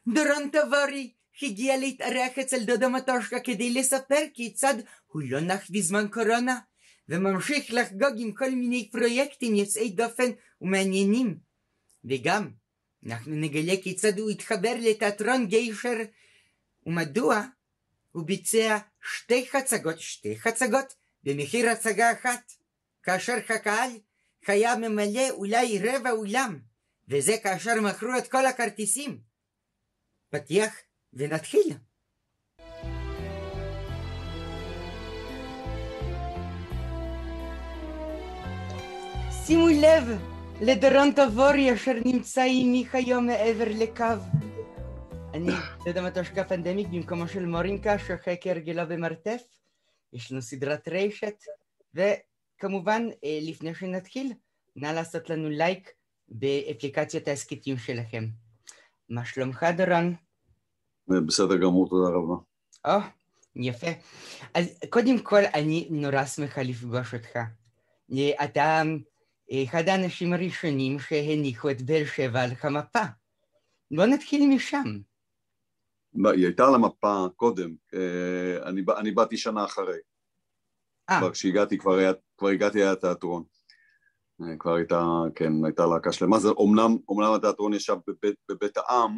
דורון טבורי הגיע להתארח אצל דודו מטושקה כדי לספר כיצד הוא לא נח בזמן קורונה, וממשיך לחגוג עם כל מיני פרויקטים יוצאי דופן ומעניינים. וגם אנחנו נגלה כיצד הוא התחבר לתיאטרון גיישר, ומדוע הוא ביצע שתי חצגות במחיר הצגה אחת, כאשר הקהל היה ממלא אולי רבע אולם, וזה כאשר מכרו את כל הכרטיסים. פתיח ונתחיל. שימו לב לדורון טבורי אשר נמצא עימי היום מעבר לקו. אני דודו מטושקה פנדמיק במקומו של מורינקה שוחק כהרגלו במרתף. יש לנו סדרת רשת, וכמובן לפני שנתחיל נא לעשות לנו לייק באפליקציות ההסכתים שלכם. מה שלומך דורון? בסדר גמור, תודה רבה. יפה. אז קודם כל אני נורא שמחה לפגוש אותך. אתה אחד האנשים הראשונים שהניחו את באר שבע על המפה. בוא נתחיל משם. היא הייתה על המפה קודם, אני באתי שנה אחרי. כבר כשהגעתי, כבר הגעתי היה תיאטרון. כבר הייתה להקה שלמה. זה אומנם התיאטרון ישב בבית העם,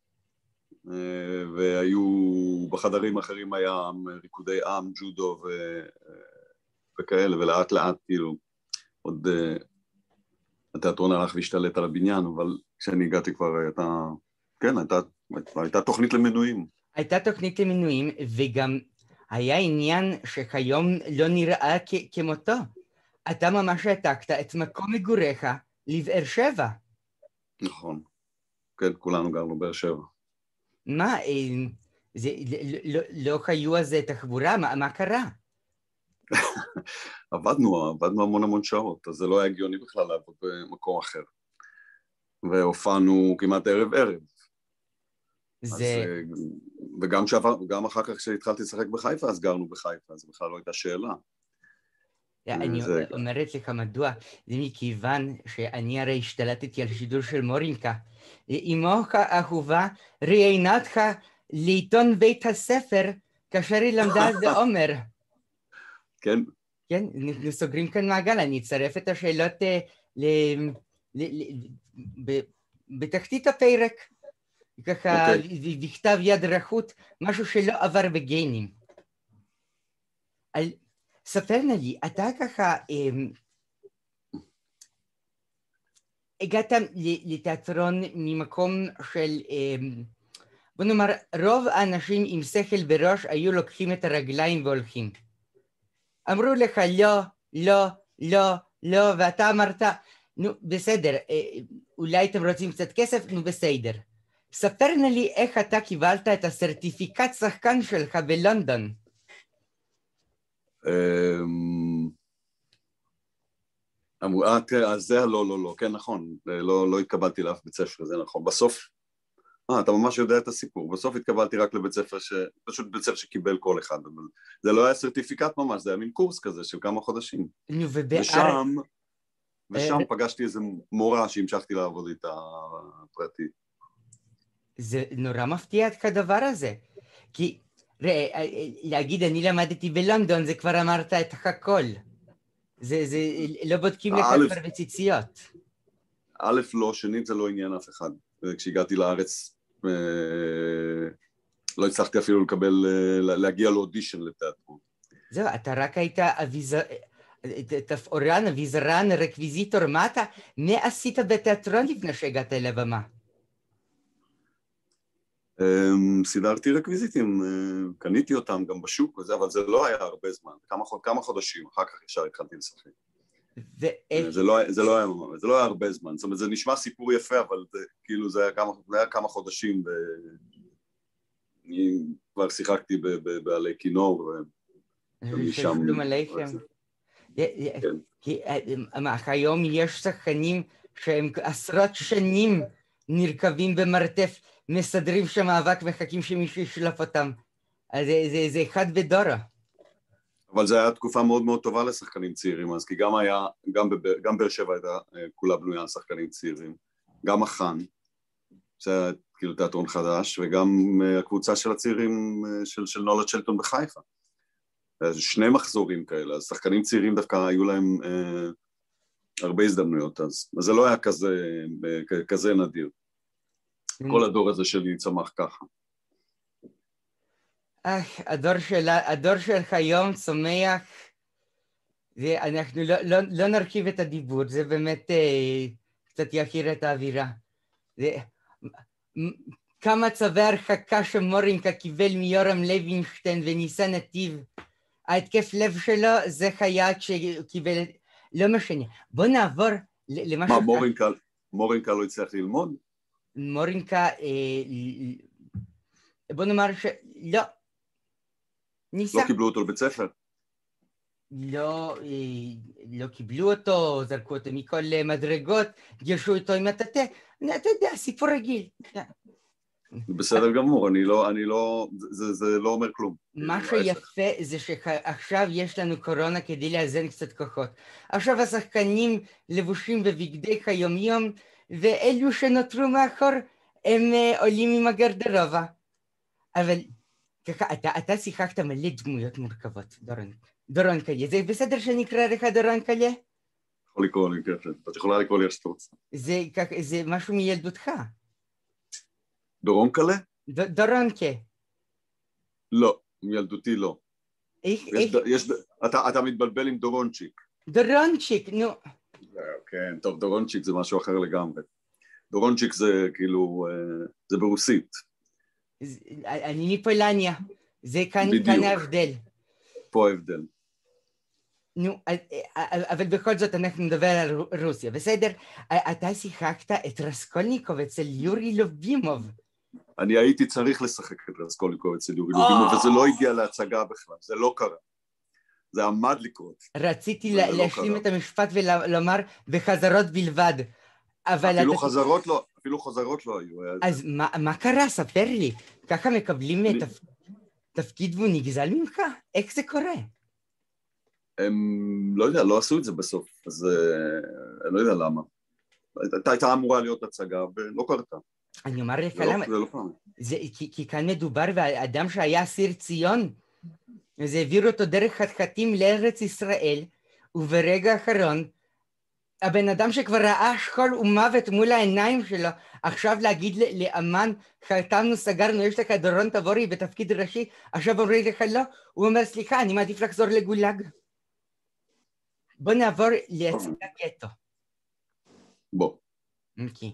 והיו בחדרים אחרים היה ריקודי עם, ג'ודו וכאלה, ולאט לאט כאילו עוד התיאטרון הלך והשתלט על הבניין, אבל כשאני הגעתי כבר הייתה תוכנית למנויים. הייתה תוכנית למנויים, וגם היה עניין שכיום לא נראה כמותו. אתה ממש העתקת את מקום מגוריך לבאר שבע. נכון. כן, כולנו גרנו באר שבע. מה, לא היו אז תחבורה? מה קרה? עבדנו המון שעות, אז זה לא היה הגיוני בכלל לעבוד במקום אחר. והופענו כמעט ערב. וגם אחר כך כשהתחלתי לשחק בחיפה, אז גרנו בחיפה, אז בכלל לא הייתה שאלה. אני אומרת לך מדוע, זה מכיוון שאני הרי השתלטתי על שידור של מורינקה. אמו האהובה ראיינה אותך לעיתון בית הספר, כאשר היא למדה אז בעומר. כן. כן, אנחנו סוגרים כאן מעגל, אני אצרף את השאלות בתחתית הפרק. ככה בכתב יד רחות, משהו שלא עבר בגנים. ספר לי, אתה ככה הגעת לתיאטרון ממקום של, בוא נאמר, רוב האנשים עם שכל בראש היו לוקחים את הרגליים והולכים. אמרו לך לא, ואתה אמרת, נו בסדר, אולי אתם רוצים קצת כסף, נו בסדר. ספר לי איך אתה קיבלת את הסרטיפיקט שחקן שלך בלונדון. אז זה לא, כן נכון, לא התקבלתי לאף בית ספר, זה נכון. בסוף, אתה ממש יודע את הסיפור, בסוף התקבלתי רק לבית ספר, פשוט בית ספר שקיבל כל אחד, אבל זה לא היה סרטיפיקט ממש, זה היה מין קורס כזה של כמה חודשים. ושם פגשתי איזה מורה שהמשכתי לעבוד איתה פרטית. זה נורא מפתיע את הדבר הזה, כי להגיד אני למדתי בלונדון זה כבר אמרת את הכל, זה לא בודקים לך כבר בציציות. א' לא, שנית זה לא עניין אף אחד, כשהגעתי לארץ לא הצלחתי אפילו להגיע לאודישן לתיאטרון. זהו, אתה רק היית תפאורן, אביזרן, רקוויזיטור, מה עשית בתיאטרון לפני שהגעת לבמה? סידרתי רקוויזיטים, קניתי אותם גם בשוק וזה, אבל זה לא היה הרבה זמן, כמה חודשים, אחר כך ישר התחלתי לשחק. זה לא היה הרבה זמן, זאת אומרת, זה נשמע סיפור יפה, אבל כאילו זה היה כמה חודשים, ואני כבר שיחקתי בעלי כינור, שלום עליכם. כי היום יש שחקנים שהם עשרות שנים נרכבים במרתף, מסדרים שם מאבק מחכים שמישהו ישלף אותם. אז זה אחד בדורה. אבל זו הייתה תקופה מאוד מאוד טובה לשחקנים צעירים, אז כי גם באר שבע הייתה כולה בנויה על שחקנים צעירים. גם החאן, כאילו תיאטרון חדש, וגם הקבוצה של הצעירים של נולד שלטון בחיפה. שני מחזורים כאלה, אז שחקנים צעירים דווקא היו להם הרבה הזדמנויות אז זה לא היה כזה נדיר. כל הדור הזה שלי צמח ככה. הדור שלך היום צומח, אנחנו לא נרכיב את הדיבור, זה באמת קצת יכיר את האווירה. כמה צווי הרחקה שמורינקה קיבל מיורם לוינשטיין וניסה נתיב, ההתקף לב שלו זה חייט שקיבל, לא משנה. בוא נעבור למה מה, מורינקה לא הצליח ללמוד? מורינקה, בוא נאמר שלא. ניסה. לא קיבלו אותו לבית ספר? לא קיבלו אותו, זרקו אותו מכל מדרגות, גירשו אותו עם הטאטה, אתה יודע, סיפור רגיל. בסדר גמור, זה לא אומר כלום. מה שיפה זה שעכשיו יש לנו קורונה כדי לאזן קצת כוחות. עכשיו השחקנים לבושים בבגדי היומיום, ואלו שנותרו מאחור הם עולים עם הגרדרובה. אבל ככה, אתה שיחקת מלא דמויות מורכבות, דורון קליה. זה בסדר שנקרא לך דורון קליה? יכול לקרוא לי ככה, את יכולה לקרוא לי איך שאתה רוצה. זה משהו מילדותך. דורון קלה? דורונקה. לא, מילדותי לא. אתה מתבלבל עם דורונצ'יק. דורונצ'יק, נו. כן, טוב, דורונצ'יק זה משהו אחר לגמרי. דורונצ'יק זה כאילו, זה ברוסית. אני מפולניה, זה כאן ההבדל. פה ההבדל. נו, אבל בכל זאת אנחנו נדבר על רוסיה, בסדר? אתה שיחקת את רסקולניקוב אצל יורי לובימוב. אני הייתי צריך לשחק את רסקולניקוב אצל יורי לובימוב, וזה לא הגיע להצגה בכלל, זה לא קרה. זה עמד לקרות. רציתי להשלים את המשפט ולומר בחזרות בלבד. אפילו חזרות לא היו. אז מה קרה? ספר לי. ככה מקבלים תפקיד והוא נגזל ממך? איך זה קורה? הם, לא יודע, לא עשו את זה בסוף, אז אני לא יודע למה. הייתה אמורה להיות הצגה ולא קרתה. אני אומר לך למה. כי כאן מדובר באדם שהיה אסיר ציון, אז העבירו אותו דרך חתחתים לארץ ישראל, וברגע האחרון, הבן אדם שכבר ראה שכול ומוות מול העיניים שלו, עכשיו להגיד לאמן, חתמנו, סגרנו, יש לך דורון תבורי בתפקיד ראשי, עכשיו אומרים לך לא, הוא אומר סליחה, אני מעדיף לחזור לגולג. בוא נעבור להצגה גטו. בוא. אוקיי.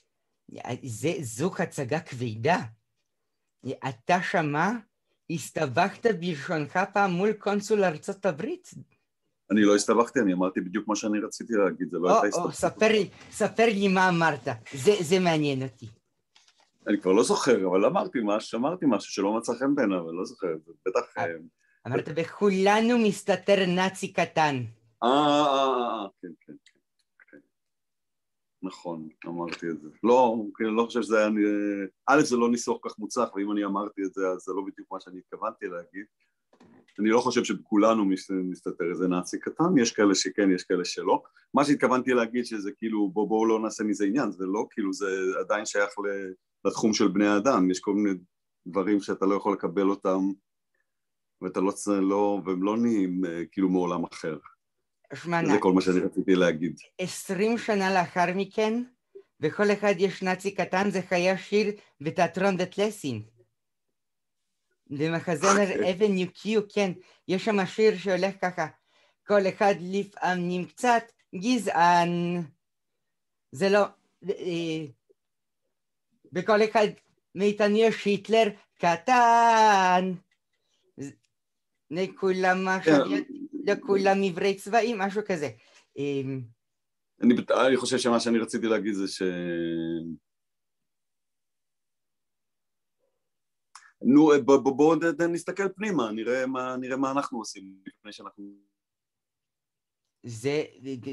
זו הצגה כבדה. אתה שמע? הסתבכת בלשונך פעם מול קונסול ארצות הברית? אני לא הסתבכתי, אני אמרתי בדיוק מה שאני רציתי להגיד, זה לא הייתה הסתבכות. ספר לי מה אמרת, זה מעניין אותי. אני כבר לא זוכר, אבל אמרתי משהו שלא מצא חן בעיניו, אבל לא זוכר, זה בטח... אמרת, בכולנו מסתתר נאצי קטן. כן. נכון, אמרתי את זה. לא חושב שזה היה... א', זה לא ניסוח כך מוצלח, ואם אני אמרתי את זה, אז זה לא בדיוק מה שאני התכוונתי להגיד. אני לא חושב שבכולנו מסתתר איזה נאצי קטן, יש כאלה שכן, יש כאלה שלא. מה שהתכוונתי להגיד שזה כאילו, בואו לא נעשה מזה עניין, זה לא כאילו, זה עדיין שייך לתחום של בני האדם, יש כל מיני דברים שאתה לא יכול לקבל אותם, והם לא נהיים כאילו מעולם אחר. זה כל מה שאני רציתי להגיד. 20 שנה לאחר מכן, בכל אחד יש נאצי קטן, זה היה שיר בתיאטרון בטלסין. במחזמר אבן יוקיו, כן, יש שם שיר שהולך ככה, כל אחד לפעמים קצת גזען. זה לא, בכל אחד מאיתנו יש היטלר קטן. לכולם עברי צבעים, משהו כזה. אני חושב שמה שאני רציתי להגיד זה ש... נו, בואו נסתכל פנימה, נראה מה אנחנו עושים לפני שאנחנו... זה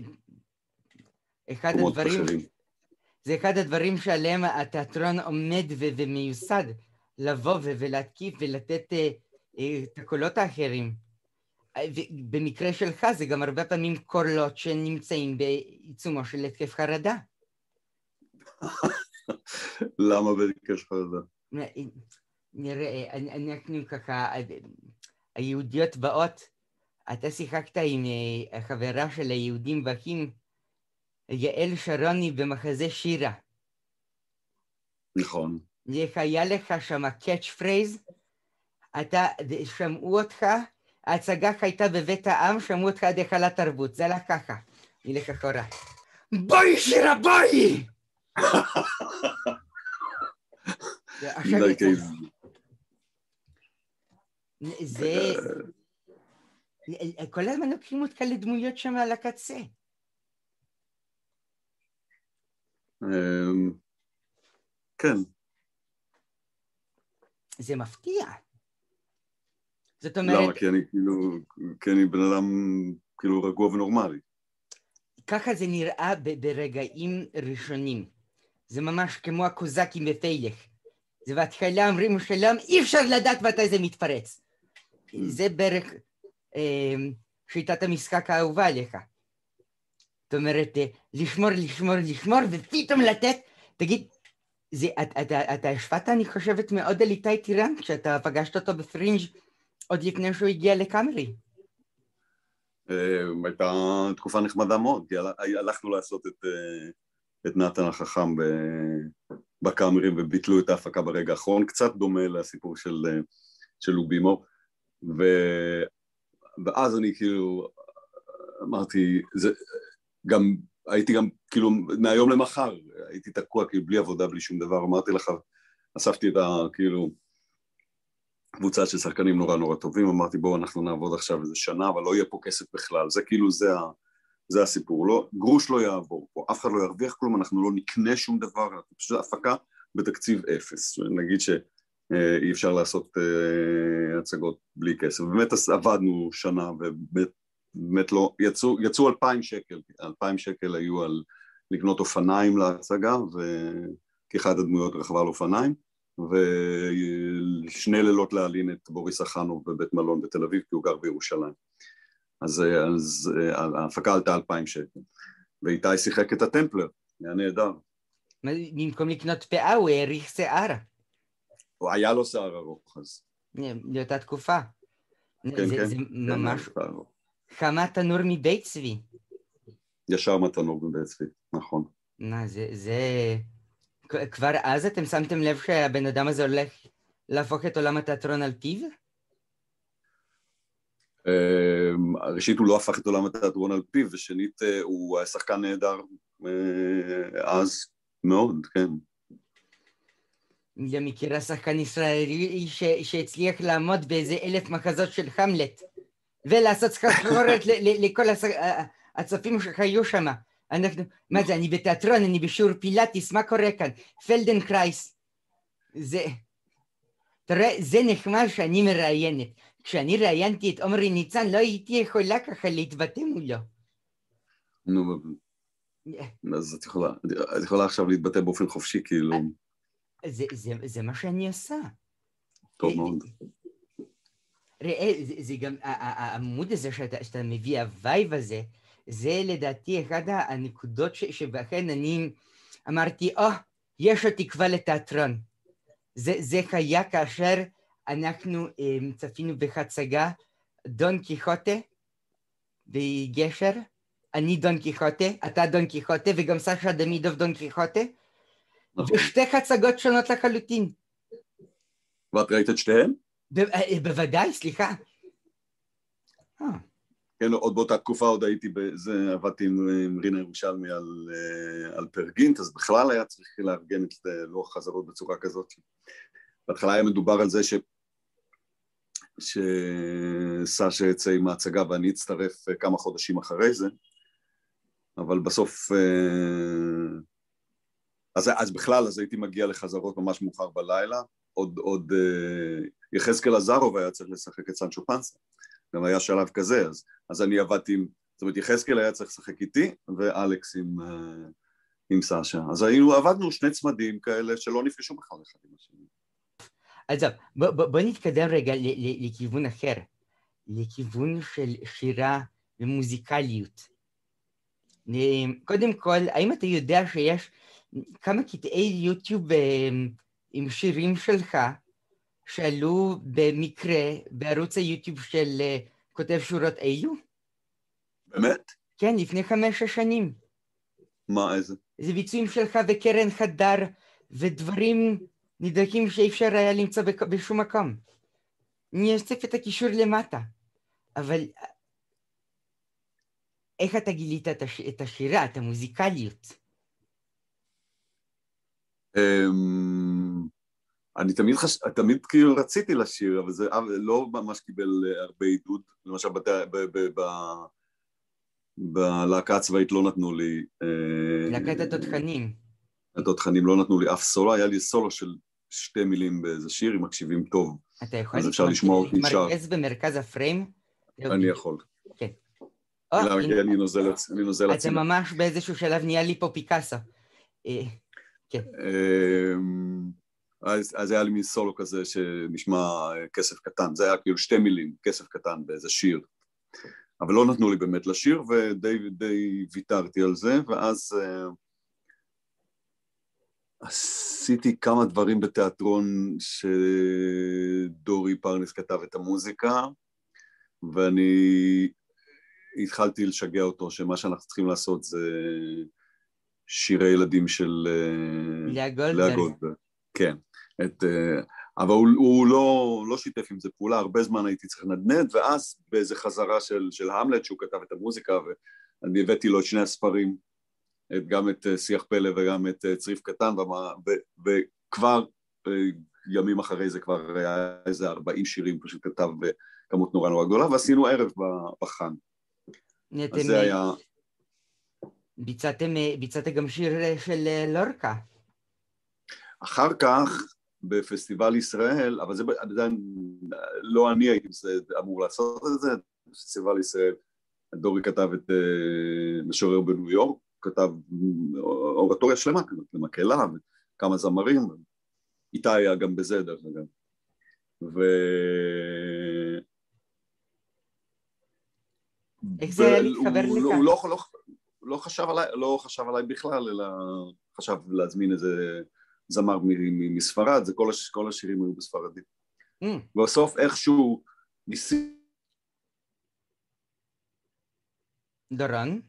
אחד הדברים שעליהם התיאטרון עומד ומיוסד, לבוא ולהתקיף ולתת את הקולות האחרים. במקרה שלך זה גם הרבה פעמים קולות שנמצאים בעיצומו של התקף חרדה. למה ביקש לך לדעת? נראה, אנחנו ככה, היהודיות באות, אתה שיחקת עם החברה של היהודים בכים, יעל שרוני במחזה שירה. נכון. היה לך שם קאץ' פרייז, אתה, שמעו אותך, ההצגה הייתה בבית העם, שמעו אותך עד היכל התרבות, זה הלך ככה, נלך אחורה. בואי שירה בואי! זה... כל הזמן לוקחים אותך לדמויות שם על הקצה. כן. זה מפתיע. זאת אומרת... למה? כי אני בן אדם כאילו רגוע ונורמלי. ככה זה נראה ברגעים ראשונים. זה ממש כמו הקוזקים בפילך. זה בהתחלה אומרים שלום, אי אפשר לדעת מתי זה מתפרץ. זה בערך שיטת המשחק האהובה עליך. זאת אומרת, לשמור, ופתאום לתת, תגיד, אתה השפעת, אני חושבת, מאוד על איתי טירן, כשאתה פגשת אותו בפרינג' עוד לפני שהוא הגיע לקאמרי. הייתה תקופה נחמדה מאוד, כי הלכנו לעשות את נתן החכם בקאמרים, וביטלו את ההפקה ברגע האחרון, קצת דומה לסיפור של לובימו, ואז אני כאילו אמרתי, הייתי גם כאילו מהיום למחר, הייתי תקוע כאילו בלי עבודה, בלי שום דבר, אמרתי לך, אספתי את כאילו קבוצה של שחקנים נורא נורא טובים, אמרתי בואו אנחנו נעבוד עכשיו איזה שנה, אבל לא יהיה פה כסף בכלל, זה כאילו זה הסיפור, לא, גרוש לא יעבור פה, אף אחד לא ירוויח כלום, אנחנו לא נקנה שום דבר, פשוט הפקה בתקציב אפס, נגיד שאי אפשר לעשות הצגות בלי כסף, ובאמת עבדנו שנה, ובאמת לא, יצאו 2,000 שקל, 2,000 שקל היו על לקנות אופניים להצגה, וכאחד הדמויות רכבה על אופניים, ושני לילות להלין את בוריס אחנוב בבית מלון בתל אביב, כי הוא גר בירושלים. אז ההפקה עלתה 2,000 שקל. ואיתי שיחק את הטמפלר, היה נהדר. במקום לקנות פאה, הוא העריך שיער. הוא היה לו שיער ארוך, אז... לאותה תקופה. כן. זה ממש... חמה תנור מבית צבי. ישר מתנור מבית צבי, נכון. זה... כבר אז אתם שמתם לב שהבן אדם הזה הולך להפוך את עולם התיאטרון על פיו? ראשית הוא לא הפך את עולם התיאטרון על פיו, ושנית הוא היה שחקן נהדר אז מאוד, כן. אני מכירה שחקן ישראלי שהצליח לעמוד באיזה 1,000 מחזות של חמלט, ולעשות סחרחורת לכל הצופים שהיו שם. מה זה, אני בתיאטרון, אני בשיעור פילאטיס, מה קורה כאן? פלדנקרייס. תראה, זה נחמד שאני מראיינת. כשאני ראיינתי את עומרי ניצן, לא הייתי יכולה ככה להתבטא מולו. נו, אז את יכולה עכשיו להתבטא באופן חופשי, כאילו... זה מה שאני עושה. טוב מאוד. ראה, זה גם, העמוד הזה שאתה מביא, הווייב הזה, זה לדעתי אחד הנקודות שבכן אני אמרתי, יש עוד תקווה לתיאטרון. זה היה כאשר אנחנו צפינו בהצגה דון קיחוטה בגשר, אני דון קיחוטה, אתה דון קיחוטה, וגם סשה דמידוב דון קיחוטה, ושתי הצגות שונות לחלוטין. ואת ראית את שתיהן? בוודאי, סליחה. כן, עוד באותה תקופה עוד עבדתי עם רינה ירושלמי על פרגינט, אז בכלל היה צריך לארגן את לוח חזרות בצורה כזאת. בהתחלה היה מדובר על זה שסשה יצא עם ההצגה ואני אצטרף כמה חודשים אחרי זה, אבל בסוף, אז בכלל, אז הייתי מגיע לחזרות ממש מאוחר בלילה, עוד יחזקאל עזרוב היה צריך לשחק את סנצ'ו פנסה, גם היה שלב כזה, אז אני עבדתי עם, זאת אומרת, יחזקאל היה צריך לשחק איתי, ואלכס עם סשה. אז עבדנו שני צמדים כאלה שלא נפגשו בכלל אחד עם השני. אז בוא נתקדם רגע לכיוון אחר, לכיוון של שירה ומוזיקליות. קודם כל, האם אתה יודע שיש כמה קטעי יוטיוב עם שירים שלך, שעלו במקרה בערוץ היוטיוב של כותב שורות אלו? באמת? כן, לפני 5 שנים. מה, איזה? זה ביצועים שלך וקרן חדר, ודברים נדלקים שאי אפשר היה למצוא בשום מקום. אני אוסף את הקישור למטה. אבל איך אתה גילית את השירה, את המוזיקליות? אני תמיד כאילו רציתי לשיר, אבל זה לא ממש קיבל הרבה עידוד. למשל בלהקה הצבאית לא נתנו לי... להקת התותחנים. התותחנים לא נתנו לי אף סולו, היה לי סולו של 2 מילים באיזה שיר, אם מקשיבים טוב. אתה יכול אז אפשר לשמוע אותי שר. להתמרכז במרכז הפריים? אני יכול. כן. אני נוזל אתה ממש באיזשהו שלב נהיה לי פה פיקאסו. כן. אז היה לי מין סולו כזה שנשמע כסף קטן, זה היה כאילו 2 מילים, כסף קטן באיזה שיר. אבל לא נתנו לי באמת לשיר, ודי ויתרתי על זה, ואז עשיתי כמה דברים בתיאטרון שדורי פרנס כתב את המוזיקה, ואני התחלתי לשגע אותו שמה שאנחנו צריכים לעשות זה שירי ילדים של לאה גולדברג. כן. אבל הוא לא שיתף עם זה פעולה, הרבה זמן הייתי צריך לנדנד, ואז באיזה חזרה של המלט שהוא כתב את המוזיקה, ואני הבאתי לו את 2 הספרים, גם את שיח פלא וגם את צריף קטן, וכבר ימים אחרי זה כבר היה איזה 40 שירים פשוט כתב בכמות נורא נורא גדולה, ועשינו ערב בחן. אז זה היה... ביצעתם גם שיר של לורקה. אחר כך, בפסטיבל ישראל, אבל זה עדיין לא אני הייתי אמור לעשות את זה, בפסטיבל ישראל, דורי כתב את משורר בניו יורק, כתב אורטוריה שלמה, למקהלה, וכמה זמרים, איתה היה גם בזה דרך אגב. איך זה היה להתחבר לך? הוא לא חשב עליי בכלל, אלא חשב להזמין איזה זמר מספרד, זה כל השירים היו בספרדית. ובסוף איכשהו ניסי... דורון?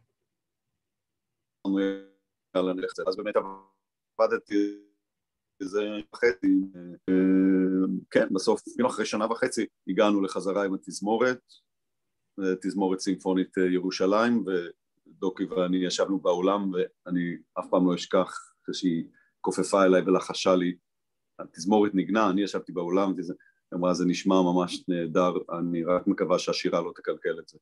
אז באמת עבדתי איזה חצי, כן, בסוף, אחרי 1.5 שנה הגענו לחזרה עם התזמורת, תזמורת סימפונית ירושלים, ודוקי ואני ישבנו באולם, ואני אף פעם לא אשכח שהיא כופפה אליי ולחשה לי, התזמורת נגנה, אני ישבתי באולם, אמרה זה נשמע ממש נהדר, אני רק מקווה שהשירה לא תקלקל את זה,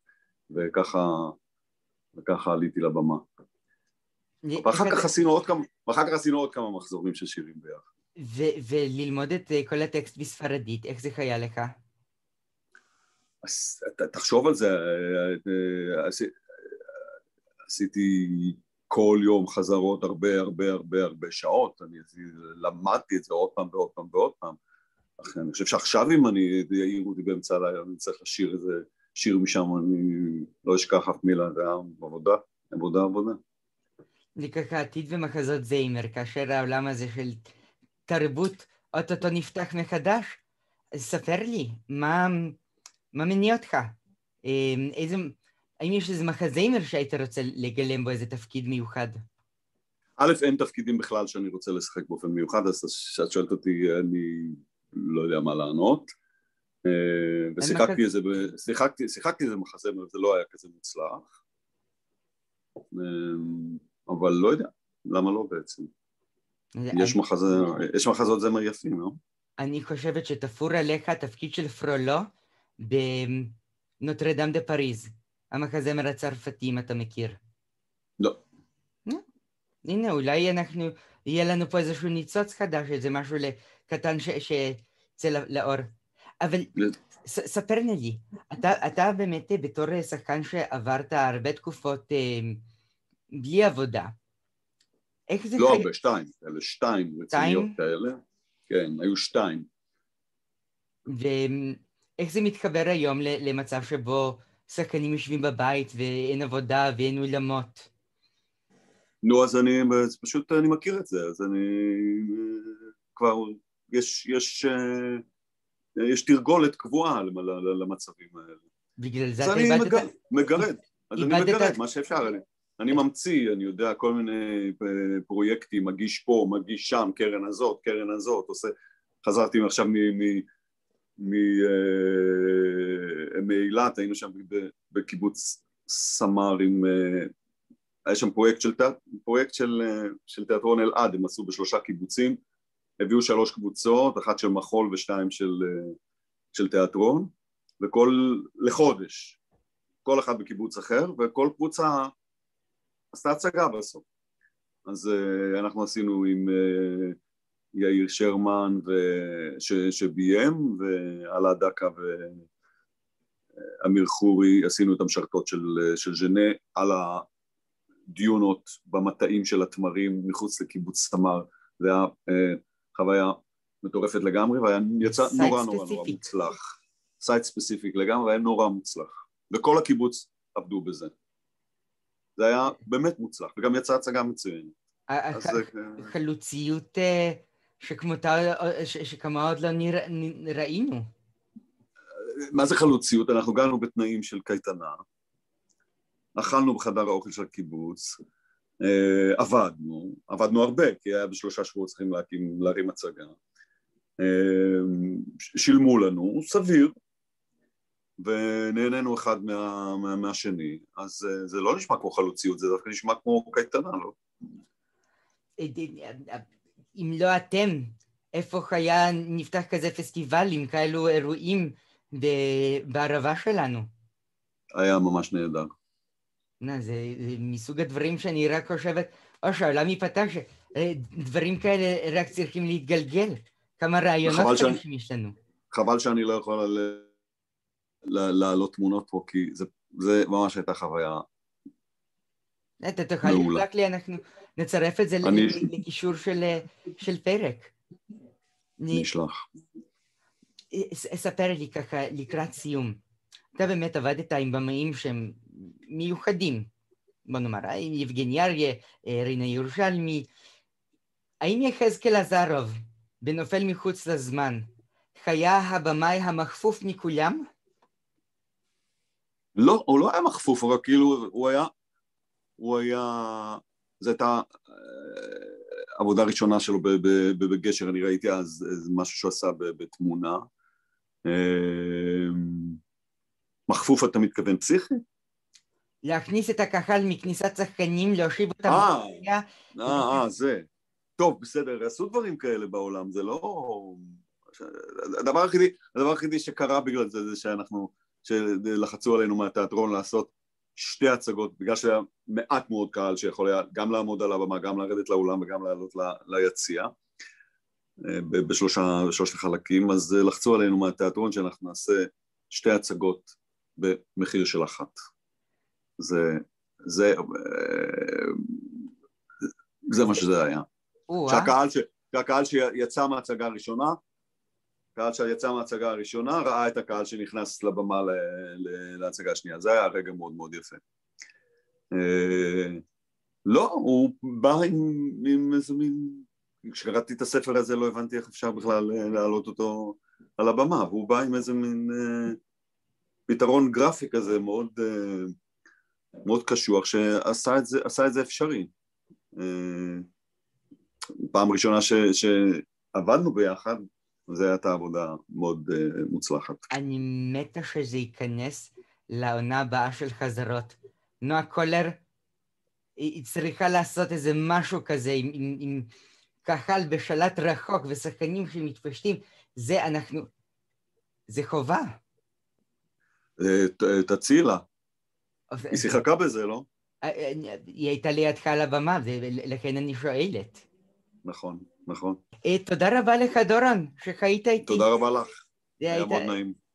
וככה עליתי לבמה. ואחר כך עשינו עוד כמה מחזורים של שירים ביחד. וללמוד את כל הטקסט בספרדית, איך זה היה לך? אז תחשוב על זה, עשיתי כל יום חזרות הרבה שעות, אני למדתי את זה עוד פעם ועוד פעם ועוד פעם. אני חושב שעכשיו אם אני יעירו אותי באמצע הלילה, אני צריך לשיר איזה שיר משם, אני לא אשכח אף מילה, זה היה עבודה. לקחה עתיד ומחזות זיימר, כאשר העולם הזה של תרבות אוטוטו נפתח מחדש, ספר לי, מה מניע אותך? האם יש איזה מחזיימר שהיית רוצה לגלם בו איזה תפקיד מיוחד? א', אין תפקידים בכלל שאני רוצה לשחק באופן מיוחד, אז כשאת שואלת אותי, אני לא יודע מה לענות. ושיחקתי איזה מחזמר, זה לא היה כזה מוצלח. אבל לא יודע, למה לא בעצם? יש מחזות זמר יפים, לא? אני חושבת שתפור עליך התפקיד של פרולו בנוטרדם דה פריז, המחזמר הצרפתי, אם אתה מכיר. לא. הנה, אולי יהיה לנו פה איזשהו ניצוץ חדש, איזה משהו קטן שיצא לאור. אבל ספר לי, אתה באמת בתור שחקן שעברת הרבה תקופות בלי עבודה. לא הרבה, 2, אלה 2 רציניות כאלה. כן, היו 2. ואיך זה מתחבר היום למצב שבו שחקנים יושבים בבית ואין עבודה ואין אולמות? נו, אז פשוט אני מכיר את זה, אז אני כבר, יש תרגולת קבועה למצבים האלה. בגלל זה אז אתה אני איבדת... מגרד, אז אני מגרד מה שאפשר. אני ממציא, אני יודע כל מיני פרויקטים, מגיש פה, מגיש שם, קרן הזאת, חזרתי עכשיו מאילת, היינו שם בקיבוץ סמר עם... היה שם פרויקט של תיאטרון אלעד, הם עשו ב3 קיבוצים, הביאו 3 קבוצות, אחת של מחול ו2 של תיאטרון, לחודש, כל אחד בקיבוץ אחר, וכל קבוצה עשתה הצגה בסוף. אז אנחנו עשינו עם יאיר שרמן שביים, ועלה דקה ואמיר חורי, עשינו את המשרתות של ז'נה על הדיונות במטעים של התמרים מחוץ לקיבוץ סמר. זה היה חוויה מטורפת לגמרי, ויצא נורא מוצלח. סייט ספציפיק לגמרי, היה נורא מוצלח. וכל הקיבוץ עבדו בזה. זה היה באמת מוצלח, וגם יצאה הצגה מצוינת. חלוציות שכמה עוד לא ראינו. מה זה חלוציות? אנחנו גרנו בתנאים של קייטנה, אכלנו בחדר האוכל של הקיבוץ, עבדנו הרבה, כי היה ב3 שבועות צריכים להרים הצגה. שילמו לנו, סביר, ונהנינו אחד מהשני, אז זה לא נשמע כמו חלוציות, זה דווקא נשמע כמו קייטנה, לא? אם לא אתם, איפה היה נפתח כזה פסטיבלים, כאלו אירועים בערבה שלנו? היה ממש נהדר. זה מסוג הדברים שאני רק חושבת, או שהעולם ייפתח, שדברים כאלה רק צריכים להתגלגל, כמה רעיונות חדשים יש לנו. חבל שאני לא יכול להעלות תמונות פה, כי זה ממש הייתה חוויה אתה תוכל לשלוח לי, אנחנו נצרף את זה לקישור של פרק. נשלח. ספר לי ככה לקראת סיום. אתה באמת עבדת עם במאים שהם מיוחדים, בוא נאמר, יבגני אריה, רינה ירושלמי. האם יחזקאל עזרוב, בנופל מחוץ לזמן, היה הבמאי המחפוף מכולם? לא, הוא לא היה מחפוף, רק כאילו הוא היה, זו הייתה עבודה ראשונה שלו בגשר, אני ראיתי אז משהו שהוא עשה בתמונה. מחפוף אתה מתכוון פסיכי? להכניס את הקהל מכניסת שחקנים, להושיב אותם. זה. טוב, בסדר, עשו דברים כאלה בעולם, זה לא... הדבר היחידי שקרה בגלל זה שלחצו עלינו מהתיאטרון לעשות 2 הצגות, בגלל שהיה מעט מאוד קהל שיכול היה גם לעמוד על הבמה, גם לרדת לאולם וגם לעלות ליציע, בשלושת החלקים, אז לחצו עלינו מהתיאטרון שאנחנו נעשה 2 הצגות במחיר של 1. זה מה שזה היה. שהקהל שיצא מההצגה הראשונה, ראה את הקהל שנכנס לבמה להצגה השנייה. זה היה רגע מאוד מאוד יפה. לא, הוא בא עם איזה מין... כשקראתי את הספר הזה לא הבנתי איך אפשר בכלל להעלות אותו על הבמה, והוא בא עם איזה מין פתרון גרפי כזה מאוד, מאוד קשוח, שעשה את זה אפשרי. פעם ראשונה שעבדנו ביחד, זו הייתה עבודה מאוד מוצלחת. אני מתה שזה ייכנס לעונה הבאה של חזרות. נועה קולר, היא צריכה לעשות איזה משהו כזה עם קהל בשלט רחוק ושחקנים שמתפשטים. זה חובה. תציעי לה. היא שיחקה בזה, לא? היא הייתה לידך על הבמה, ולכן אני שואלת. נכון. תודה רבה לך, דורון, שחיית איתי. תודה רבה לך. היה מאוד נעים.